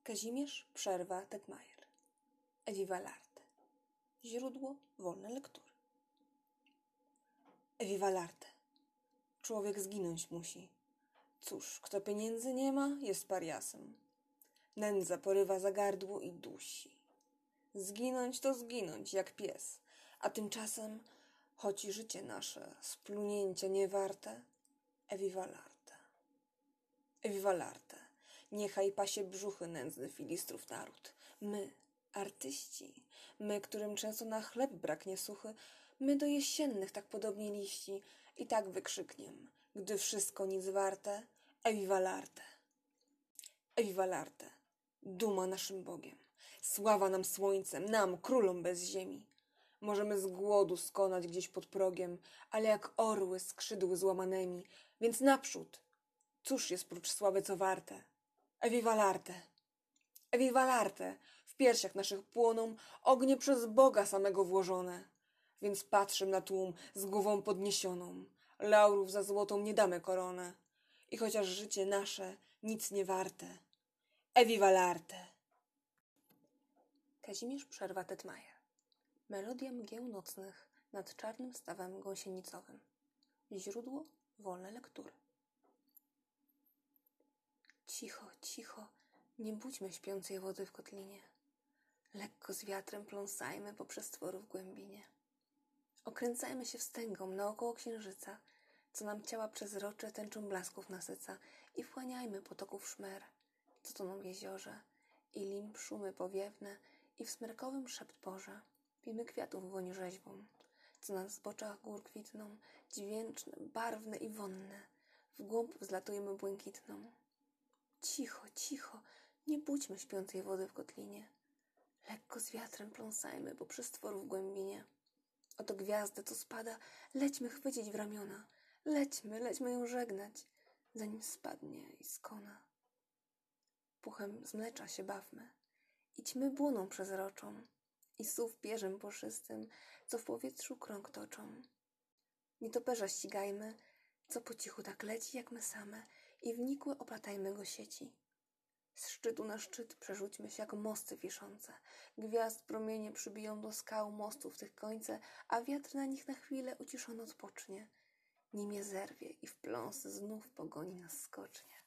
Kazimierz Przerwa Tetmajer. Eviva l'arte. Źródło wolne lektury. Eviva l'arte. Człowiek zginąć musi. Cóż, kto pieniędzy nie ma, jest pariasem. Nędza porywa za gardło i dusi. Zginąć to zginąć, jak pies. A tymczasem, choć i życie nasze splunięcia nie warte, Eviva l'arte. Eviva l'arte. Niechaj pasie brzuchy nędzny filistrów naród. My, artyści, my, którym często na chleb braknie suchy, my do jesiennych tak podobnie liści i tak wykrzykniem, gdy wszystko nic warte, Eviva l'arte. Eviva l'arte. Duma naszym Bogiem. Sława nam słońcem, nam, królom bez ziemi. Możemy z głodu skonać gdzieś pod progiem, ale jak orły skrzydły złamanemi, więc naprzód. Cóż jest prócz sławy co warte? Eviva l'arte. Eviva l'arte. W piersiach naszych płoną ognie przez Boga samego włożone. Więc patrzę na tłum z głową podniesioną. Laurów za złotą nie damy koronę. I chociaż życie nasze nic nie warte. Eviva l'arte. Kazimierz Przerwa Tetmajer. Melodia mgieł nocnych nad czarnym stawem gąsienicowym. Źródło wolne lektury. Cicho, cicho, nie budźmy śpiącej wody w kotlinie. Lekko z wiatrem pląsajmy poprzez stwory w głębinie. Okręcajmy się wstęgą naokoło księżyca, co nam ciała przezrocze tęczą blasków nasyca, i wchłaniajmy potoków szmer, co toną w jeziorze, i lim szumy powiewne, i w smerkowym szept porze pijmy kwiatów woń rzeźbą, co na zboczach gór kwitną, dźwięczne, barwne i wonne, w głąb wzlatujemy błękitną. Cicho, cicho, nie budźmy śpiącej wody w kotlinie. Lekko z wiatrem pląsajmy poprzez stworów głębinie. Oto gwiazdę, co spada, lećmy chwycić w ramiona. Lećmy ją żegnać, zanim spadnie i skona. Puchem z mlecza się bawmy i ćmy błoną przezroczą i słów pierzem puszystym, co w powietrzu krąg toczą. Nietoperza ścigajmy, co po cichu tak leci jak my same, i wnikłe oplatajmy go sieci. Z szczytu na szczyt przerzućmy się jak mosty wiszące. Gwiazd promienie przybiją do skał mostów tych końce, a wiatr na nich na chwilę uciszony odpocznie, nim je zerwie i w pląs znów pogoni nas skocznie.